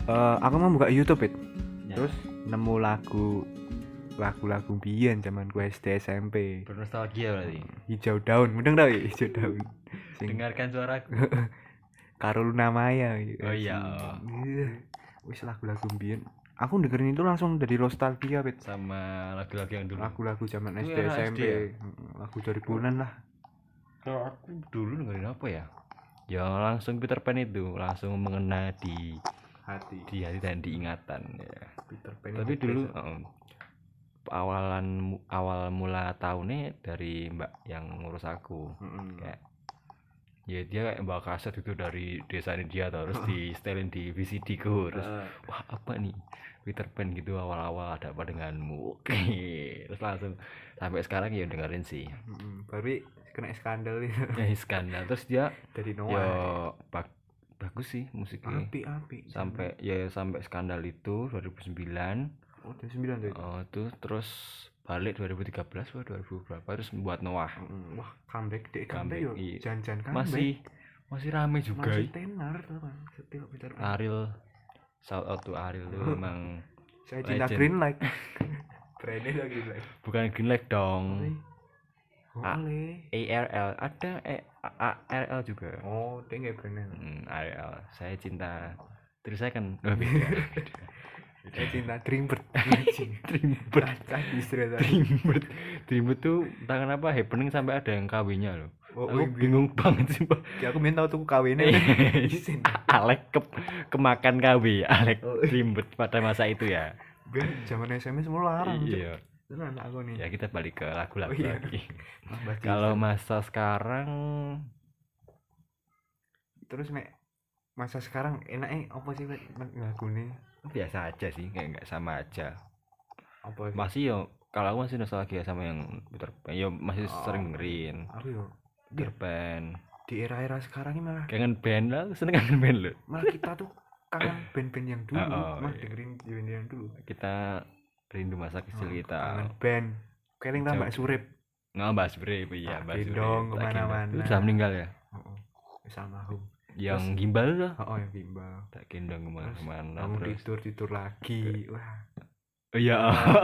Aku mau buka YouTube Ya. terus nemu lagu biyen zaman ku SD SMP. Bernostalgia berarti. Hijau daun, mendeng tau ya hijau daun. Sing Dengarkan suaraku. karo Luna Maya gitu. Oh iya. Wis lagu-lagu biyen. Aku dengerin itu langsung dari nostalgia Sama lagu-lagu yang dulu. lagu-lagu zaman Itu SD era SMP. SD ya? Lagu 2000-an lah. Kalau aku dulu dengerin apa ya? Ya langsung Peter Pan itu, langsung mengena di Hati. hati dan diingatan ya. Peter Pan. Tapi dulu awal mula tahunnya dari Mbak yang ngurus aku. Kayak ya dia kayak bawa kaset itu dari desanya dia terus di setelin di VCD ku terus wah apa nih Peter Pan gitu awal-awal ada apa denganmu. Oke. Terus langsung sampai sekarang ya dengerin sih. Baru kena skandal itu. Ya skandal terus dia Dari ya Noah. bagus sih musiknya. Api. Sampai skandal itu 2009. Oh, 2009 tuh. Itu terus balik 2013 atau 2000 berapa terus membuat Noah. Wah, comeback yo. Iya. Jangan comeback. Masih rame juga. Masih tenar tuh kan. Setiap Peter Pan. Ariel, shout out to Ariel tuh memang Saya cinta legend. Green Light. Brandnya lah Green Light. Bukan Green Light dong. Boleh. ARL ada ARL juga. Oh, dia nggak brandnya. ARL. Saya cinta 3 second. Saya cinta Dreambird. Dreambird. Dreambird. Dreambird tuh entah kenapa happening sampai ada yang KW-nya loh. Oh, Aku bingung banget sih, Pak. Ya aku minta tuh kawinnya. Alek kemakan KW, Alek Oh. Dreambird pada masa itu ya. Ben zaman SMS semua larang. Iya. Tenan aku nih. Ya kita balik ke lagu-lagu Oh, iya. lagi. Mas Kalau masa sekarang terus nek masa sekarang enaknya apa sih lagune? biasa aja sih, kayak nggak sama aja. Apa sih? Masih yo, kalau aku masih nostalgia sama yang Peter Pan. Yo masih sering dengerin Aku yo Peter Pan. di era-era sekarang ini malah Kangen band lah, seneng kangen band lo. malah kita tuh kangen band-band yang dulu, Iya. dengerin band yang dulu. Kita rindu masa kecil kita. Kangen band. Keling tambah Surip. Nggak Mbak Surip, iya Mbak Surip. Gendong kemana-mana. Itu sudah meninggal ya? Sama aku. Yang gimbal tuh? Yang gimbal. Tak gendong kemana-mana. Kamu tidur lagi. Wah. Iya.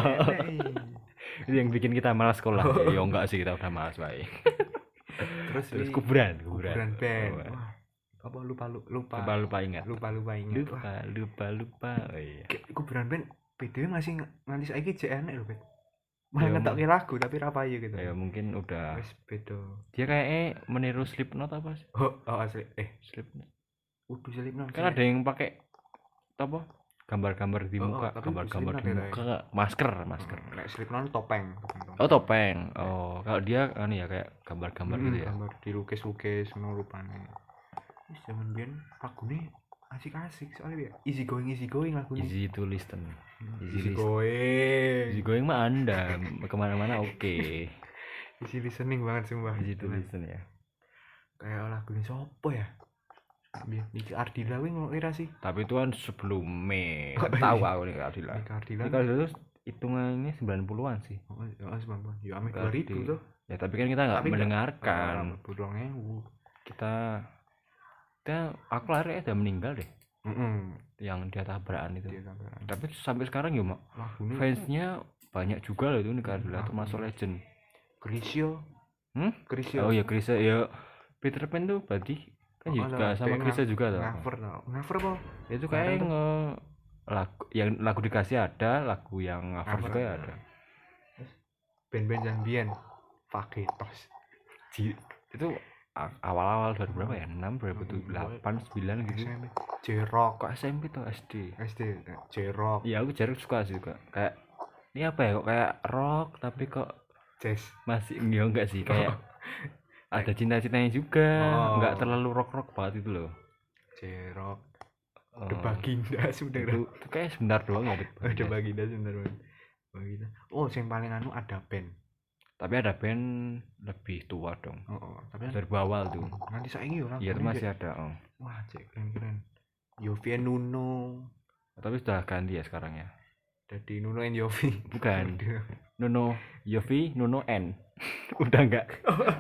Itu yang bikin kita malas sekolah. Ya enggak sih, kita udah malas baik. Terus kuburan band. Wah. Apa lupa ingat. Lupa ingat. Lupa. Oh iya. Kuburan band PDW masih nganti saiki jek enek lho, Bet. Malah ngetokke lagu tapi ra payu gitu. Ya mungkin udah wis beda. Dia kayaknya meniru Slipknot apa sih? Asli. Slipknot. Slipknot. Kan ada yang pakai apa? Gambar-gambar di muka, gambar-gambar di muka, masker. Nek Slipknot topeng. Oh, topeng. Oh, kalau dia kan ya kayak gambar-gambar gitu ya. Gambar dilukis-lukis ngono rupane. Wis jaman biyen lagune asik-asik soalnya ya easy going lagune. Easy to listen. Easy going mah Anda kemana-mana oke. Easy listening banget sumpah. Easy to listen ya. Kayak lagune sopo ya? Niki Ardila kuwi ngira sih. Tapi itu kan sebelum Mei. Tahu aku nih Ardila. Niki Ardila itu hitungannya 90-an sih. Oh, 90-an. Ya ame 2000 tuh. Ya tapi kan kita enggak mendengarkan. Kita aku lahir udah meninggal deh. Yang dia tabrakan itu. Tapi sampai sekarang ya mak fansnya banyak juga loh itu Niki Ardila termasuk legend. Krisyo. Oh ya Krisya ya Peter Pan tuh berarti kan juga sama Krisya juga tuh. Cover apa? Itu kayak lagu dikasih ada, lagu yang cover juga ada. Band-band yang biyen Faketos. Itu awal-awal berapa ya? 6, 2008, 9 gitu. J-Rock. Kok SMP tuh SD? J-Rock. Iya, aku J-Rock suka sih juga. Kayak ini apa ya? Kok kayak rock tapi kok jazz. Masih enggak sih kayak ada cinta-cintanya juga, enggak terlalu rock-rock banget itu loh. J-Rock. The Baginda sudah itu kayak sebentar doang ya. The Baginda sebentar banget. Oh, yang paling ada band. Tapi ada band lebih tua dong. Tapi dari awal tuh. Nanti saiki yo iya, itu masih ada. Wah, cek keren. Yofi and Nuno. Tapi sudah ganti ya sekarang ya. Jadi Nuno and Yofi. Bukan. Nuno, Yofi, Nuno N. udah enggak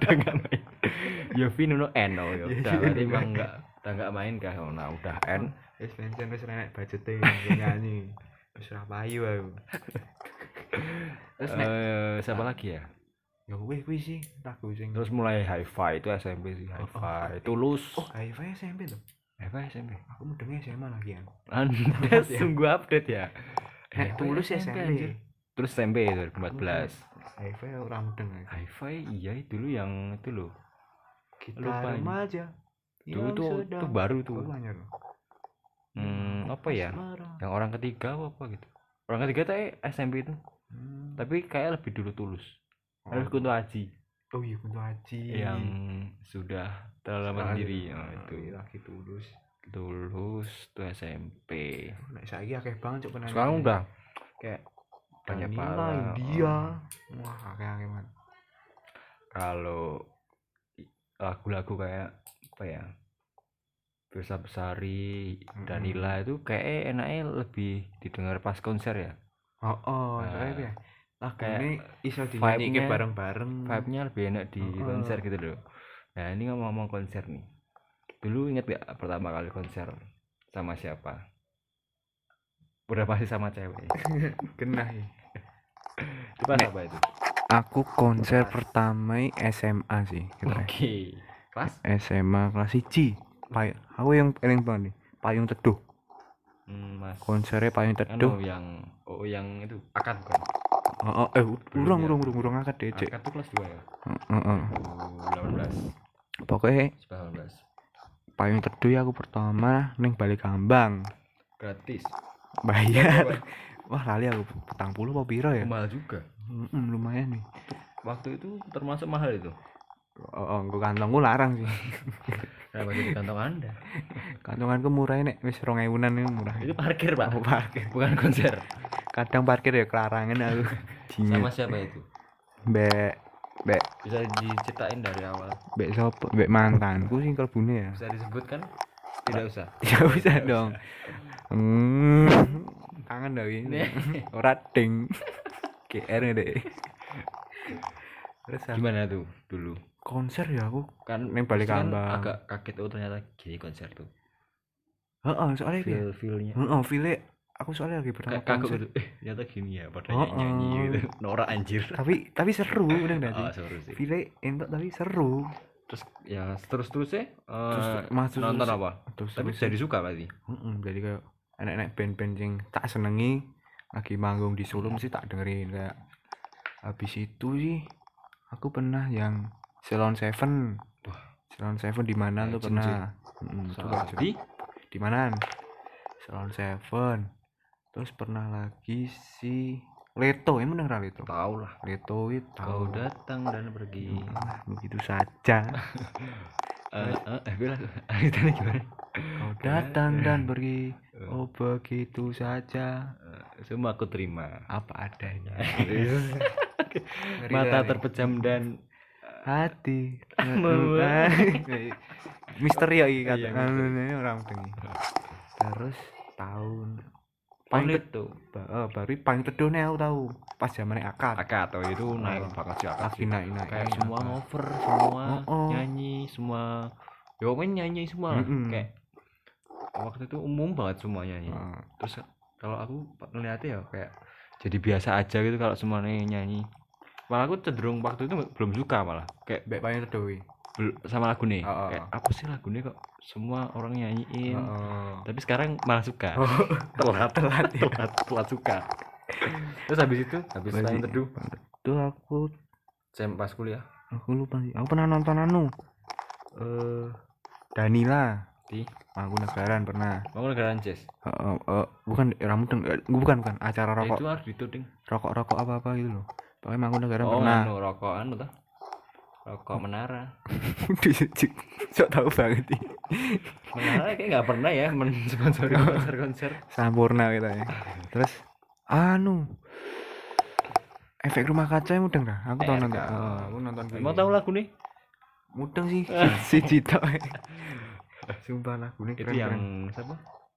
main. Yofi, Nuno N. Oh ya udah, berarti emang udah enggak main kah? Oh, nah udah N. Wis pensiun wis nek budgete nggo nyanyi. Wis ora payu aku. Terus nek siapa lagi ya? ya kuwi sih lagu sing Terus mulai hi-fi itu SMP sih, hi-fi. Tulus. oh hi-fi SMP tuh. Hi-fi SMP. Aku mudengnya SMA lagi kan. Anda sungguh update ya. Nek Tulus SMP. anjir. Terus SMP 2014. Hi-fi ora mudeng. Hi-fi iya dulu yang itu loh. Kita Lupa ini. remaja. Dulu itu baru tuh. Apa ya? Asmara. Yang orang ketiga apa gitu. Orang ketiga tuh SMP itu. Tapi kayak lebih dulu Tulus. Harus Kunto Aji. Oh iya Kunto Aji. Yang sudah terlama sendiri. Itu lagi Tulus. Tulus tuh SMP. Nek saiki akeh banget cuk penyanyi. Sekarang udah kayak banyak Danila, banget. India. Wah, akeh banget. Kalau lagu-lagu kayak apa ya? Firsa Besari, Danila itu kayak enaknya lebih didengar pas konser ya. Soalnya ya. Lagu kayak ini iso dinyanyiin vibe-nya- bareng-bareng. Vibe-nya lebih enak di konser gitu loh. Nah ini ngomong-ngomong konser nih. Dulu inget gak pertama kali konser sama siapa? Udah pasti sama cewek. Genah ya. Itu pas apa itu? Aku konser pertama SMA sih. Oke. Kelas? SMA kelas 1. Aku yang paling banget nih. Payung Teduh. Mas. Konsernya Payung Teduh. yang itu akad bukan? Urung akad deh, Cek. Akad tuh kelas 2 ya? 18. Pokoknya 19. Payung Teduh ya aku pertama ning Balikambang. Gratis. Bayar. Wah, lali aku 40 apa piro ya? Mahal juga. Lumayan nih. Waktu itu termasuk mahal itu. Engko kantongku larang sih. Kenapa jadi kantong Anda? Kantonganku murah nek wis 2000-an itu murah. Itu parkir, Pak. Oh, parkir. Bukan konser. Kadang parkir ya kelarangan aku. Sama siapa itu? Mbek Bisa diceritain dari awal. Mbek sopo? Mbek mantanku sing kelbune ya. Bisa disebutkan? Tidak usah. Ya bisa dong. Kangen dah ini. Ora ding. GR deh. Terus Gimana tuh dulu? konser ya aku Kan ning Balikambang. agak kaget ternyata gini konser tuh. Soalnya Feel-nya. feel aku soalnya lagi pertama Kagak konser. gitu. Ternyata gini ya pada nyanyi gitu. Norak anjir. Tapi seru bener enggak sih? Seru sih. Feel entuk tapi seru. Terus ya terus-terusnya Terus nonton apa? Terus Tapi jadi suka berarti. jadi kayak enek-enek band-band yang tak senengi lagi manggung di Solo mesti tak dengerin kayak. Habis itu sih aku pernah yang Salon Seven. Salon Seven di mana tuh pernah? Di mana? Salon Seven. Terus pernah lagi si Leto, emang bener Leto? Tahu lah. Leto itu Kau datang dan pergi. Begitu saja. Bilang tadi gimana? Kau datang dan pergi. Oh begitu saja. Semua aku terima. Apa adanya. Mata terpejam dan hati misteri ya kata orang tinggi. Terus tahun paling itu baru paling teduh nih aku tahu pas zamannya akad oh itu naik banget sih akad lagi naik kayak semua ngover semua nyanyi semua nyanyi semua kayak waktu itu umum banget semua nyanyi. Terus kalau aku ngeliatnya ya kayak jadi biasa aja gitu kalau semuanya nyanyi. Malah aku cenderung waktu itu belum suka malah kayak baik paling teduh sama lagu nih kayak apa sih lagu nih kok semua orang nyanyiin tapi sekarang malah suka. telat suka. Terus habis paling teduh itu aku pas kuliah aku lupa sih aku pernah nonton Danila di Mangkunegaran pernah. Mangkunegaran Jazz. Bukan bukan acara rokok. Itu harus dituding. Rokok apa gitu loh. Pokoknya Mangkunegaran pernah. Rokokan tuh. Rokok Menara. Sok tahu banget nih. Menara kayak enggak pernah ya mensponsori konser-konser. Sampurna gitu ya. Terus Efek Rumah Kaca mudeng dah. Aku tahu nonton. Aku nonton. Emang tahu lagu nih? Mudeng sih. Si Cita. Sumpah lagu ini keren. Itu yang siapa?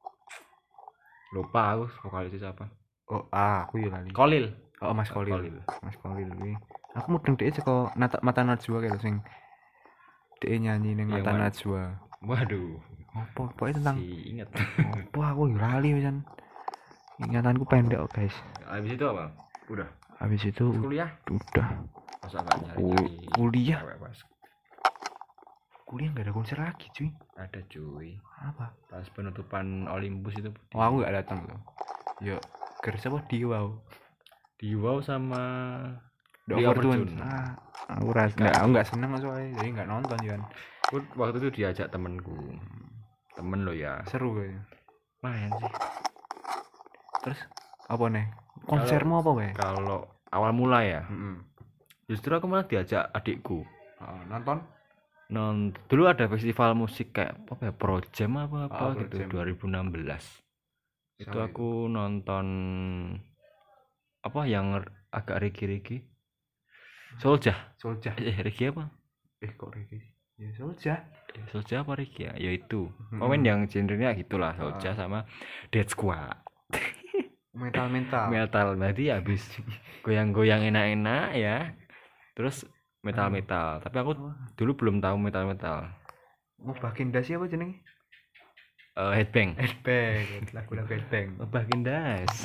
Lupa aku vokalisnya siapa. Aku ya lali. Kolil. Mas Kolil. Mas Kolil kuwi. Aku mudeng dhek saka Mata Najwa kae sing dhek nyanyi ning Mata Najwa. Waduh. Apa pokoknya tentang inget. apa aku lali pisan. Ingatanku pendek kok, guys. Habis itu apa? Udah. Habis itu Kuliah? udah Masa nggak nyari kuliah. cewek pas? Kuliah enggak ada konser lagi, cuy. Ada cuy. Apa? Pas penutupan Olympus itu. Oh, aku enggak datang tuh. Yo, kerja apa di wow. Di Wow sama The di Overtune. Overtune. Aku enggak seneng soalnya, jadi enggak nonton kan. Waktu itu diajak temenku. Temen lo ya. Seru kayaknya. Main sih. Terus apa nih? Konsermu apa wae? Kalau awal mula ya. Heeh. Justru aku malah diajak adikku. Nonton? Dulu ada festival musik kayak apa ya, Pro Jam apa gitu, Pro Jam. 2016. Itu Sama aku nonton apa yang agak reggae. Soulja. Reggae apa? Kok reggae? Ya Soulja. Soulja apa reggae ya? Itu. Pemain yang genrenya gitulah, Soulja sama Dead Squad. Metal. Berarti habis goyang-goyang enak-enak ya. Terus metal. Tapi aku dulu belum tahu metal. Oh, Baginda siapa jenenge? Headbang. Lagu-lagu Headbang. Bagindas.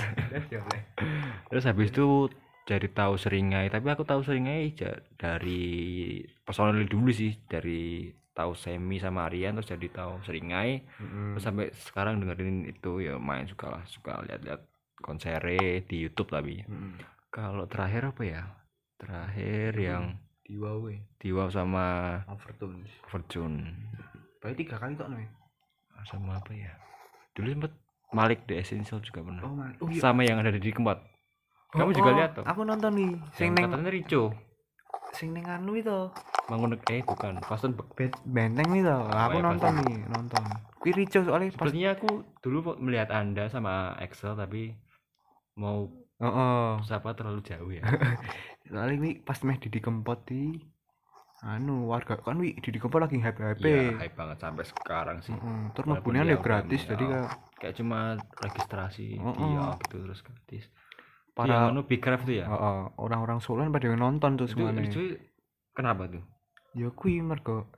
Terus habis itu jadi tahu Seringai, tapi aku tahu Seringai dari personal dulu sih, dari tahu Semi sama Aryan terus jadi tahu Seringai. Terus sampai sekarang dengerin itu ya main suka lihat konsernya di YouTube tapi. Kalau terakhir apa ya? Terakhir yang di Wow sama Overtune. Berarti 3 kali tok nih. Sama apa ya? Dulu sempet Malik The Essential juga pernah. Oh, iya. Sama yang ada di Kempot. Kamu juga lihat tuh? Aku nonton nih. Sing neng katanya Rico. Sing neng anu itu. Mangun bukan. Pasten Benteng nih tuh. Aku nonton. Kuwi Rico soalnya pas. Sepertinya aku dulu melihat Anda sama Excel tapi mau siapa terlalu jauh ya. Soalnya ini pas meh di Kempot di warga kan di Kempot lagi hype. Iya, hype banget sampai sekarang sih. Terus mabunnya ya gratis jadi kayak cuma registrasi dia gitu terus gratis. Para Big Craft tuh ya. Orang-orang Solo pada nonton tuh semuanya. Itu kenapa tuh? Ya kuwi mergo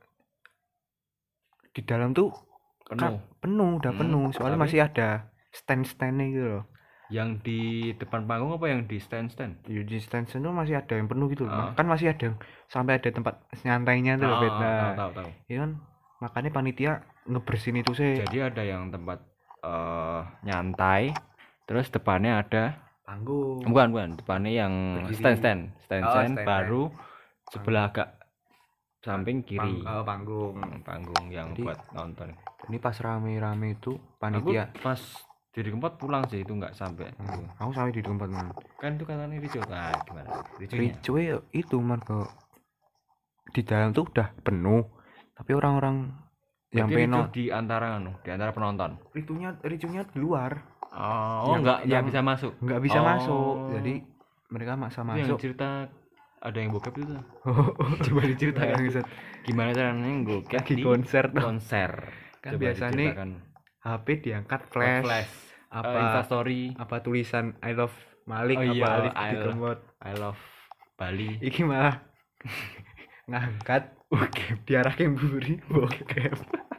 di dalam tuh penuh, udah penuh. Soalnya masih ada stand-standnya gitu loh. Yang di depan panggung apa yang di stand? Ya, di stand tuh masih ada yang penuh gitu loh. Kan masih ada yang sampai ada tempat nyantainya tuh loh, tahu. Iya kan, makanya panitia ngebersihin itu sih. Jadi ada yang tempat nyantai, terus depannya ada panggung. Bukan, depannya yang stand baru sebelah agak samping kiri. Panggung yang jadi, buat nonton. Ini pas rame-rame itu panitia. Aku pas di Kempot pulang sih itu nggak sampai. Aku sampai di Kempot man. Kan itu katanya Rico. Nah, gimana? Rico itu marco di dalam tuh udah penuh, tapi orang-orang yang pengen di antara penonton. Ricunya di luar. Nggak bisa masuk. Nggak bisa masuk. Jadi mereka maksa masuk. Yang cerita ada yang bokep itu. Coba diceritakan. Gimana caranya bokep di konser? Kan biasanya HP diangkat flash. Instastory. Apa tulisan I love Malik apa Alif di Kempot. I love Bali. Iki malah ngangkat diarahin bokep.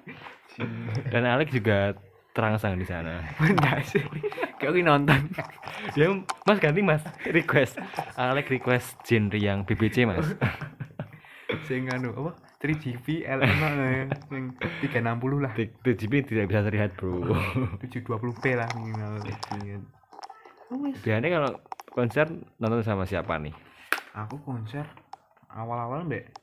Dan Alex juga terangsang di sana. Enggak sih. Kayak nonton. Ya, Mas ganti Mas. Request. Alex request genre yang BBC, Mas. Sing apa? 3GP LM yang 360 lah. 3GP tidak bisa terlihat, Bro. 720p lah minimal. Biasanya kalau konser nonton sama siapa nih? Aku konser awal-awal mbak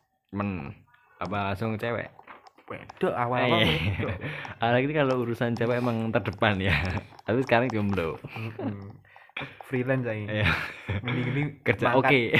apa langsung cewek? Wedok awal-awal. Alex ini kalau urusan cewek emang terdepan ya. Tapi sekarang jomblo. Freelance aja. Mending kerja oke.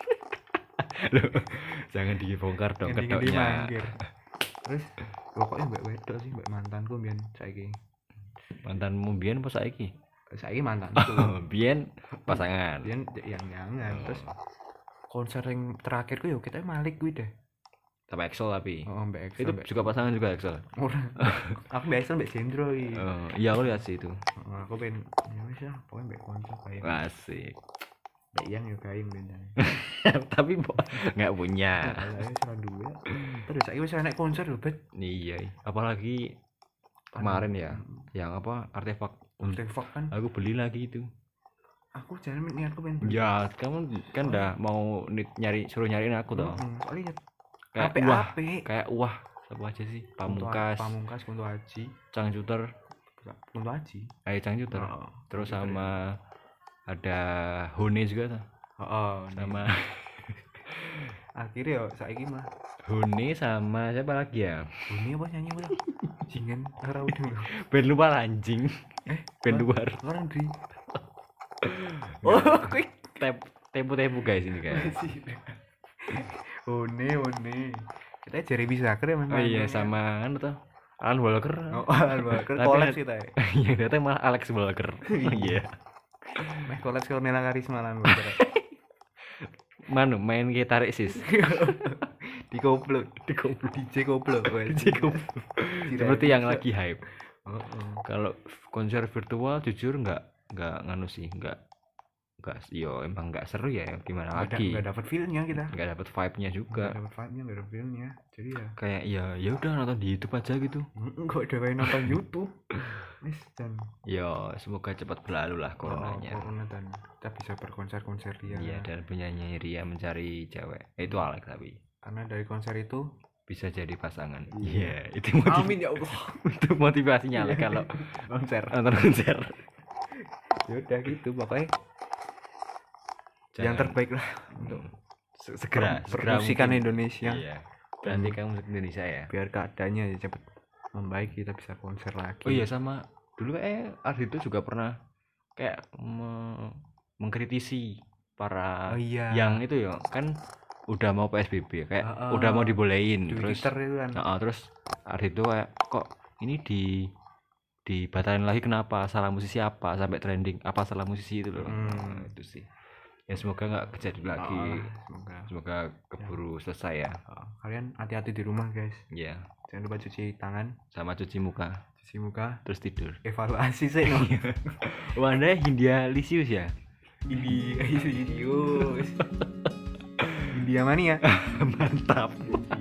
Loh, jangan dibongkar dong kedoknya. Terus pokoknya mbak wedok sih mbak mantanku biyen saiki. Mantanmu biyen apa saiki? Saiki mantanku. Biyen pasangan. Biyen yang jangan. Terus konser yang terakhirku yo kita Malik kuwi deh. Sama Excel tapi. Mbak Excel. Itu juga pasangan juga Excel. Aku mbak Excel mbak Sendro iki. Iya aku lihat sih itu. Aku pengen ya wis ya, pokoknya mbak konser kayak. Asik. Mbak yang yo kain bener. Tapi enggak punya. Saya cuma dua. Terus saya wis enek konser lho, Bet. Iya, apalagi kemarin ya, yang apa artefak kan aku beli lagi itu. Aku jangan niatku pengen Ya kamu kan udah mau suruh nyariin aku toh. Soalnya Kayak wah siapa aja sih, Pamungkas, Kunto Aji, Cangcuter, Cangcuter. Terus sama ada Hone juga tuh. Sama akhirnya saiki mah Hone sama siapa lagi ya? Hone apa nyanyi udah jingan ora udah band luar anjing. Band luar orang di quick tempo guys ini guys. Hone kita cari bisa keren memang. Oh iya sama kan tuh Alan Walker. Alan Walker collab sih tadi. Yang datang malah Alex Walker. Iya. Collab ke Nela Karisma Alan Walker. Manu main gitar sis. di koplo DJ koplo. Seperti yang lagi hype. Kalau konser virtual jujur nggak nganu sih, nggak yo emang nggak seru ya, gimana lagi nggak dapat feelnya kita, nggak dapat vibe-nya juga, nggak dapat vibe-nya, nggak ada feelnya, jadi ya kayak ya udah nonton di YouTube aja gitu. Nggak ada kayak nonton YouTube. Dan yo semoga cepat berlalu lah coronanya. Corona dan kita bisa berkonser Ria. Iya, dan penyanyi Ria mencari cewek. Itu Alex tapi. Karena dari konser itu bisa jadi pasangan. Iya, itu amin ya Allah. Itu motivasinya Alex kalau nonton konser. Ya udah gitu pokoknya. Yang terbaik lah untuk segera musikan Indonesia. Iya. Berarti kamu musik Indonesia ya. Biar keadaannya cepat membaik, kita bisa konser lagi. Oh iya, sama dulu Ardhito juga pernah kayak mengkritisi para yang itu ya kan udah mau PSBB kayak udah mau dibolehin terus itu kan. Terus Ardhito kayak kok ini dibatalin lagi, kenapa, salah musisi apa sampai trending, apa salah musisi itu loh. Itu sih ya, semoga nggak kejadian lagi. Semoga keburu selesai ya. Kalian hati-hati di rumah guys. Iya. Jangan lupa cuci tangan sama cuci muka terus tidur. Evaluasi sih. Wanda Hindia Lisius ya. India Lisius. India mania. Mantap.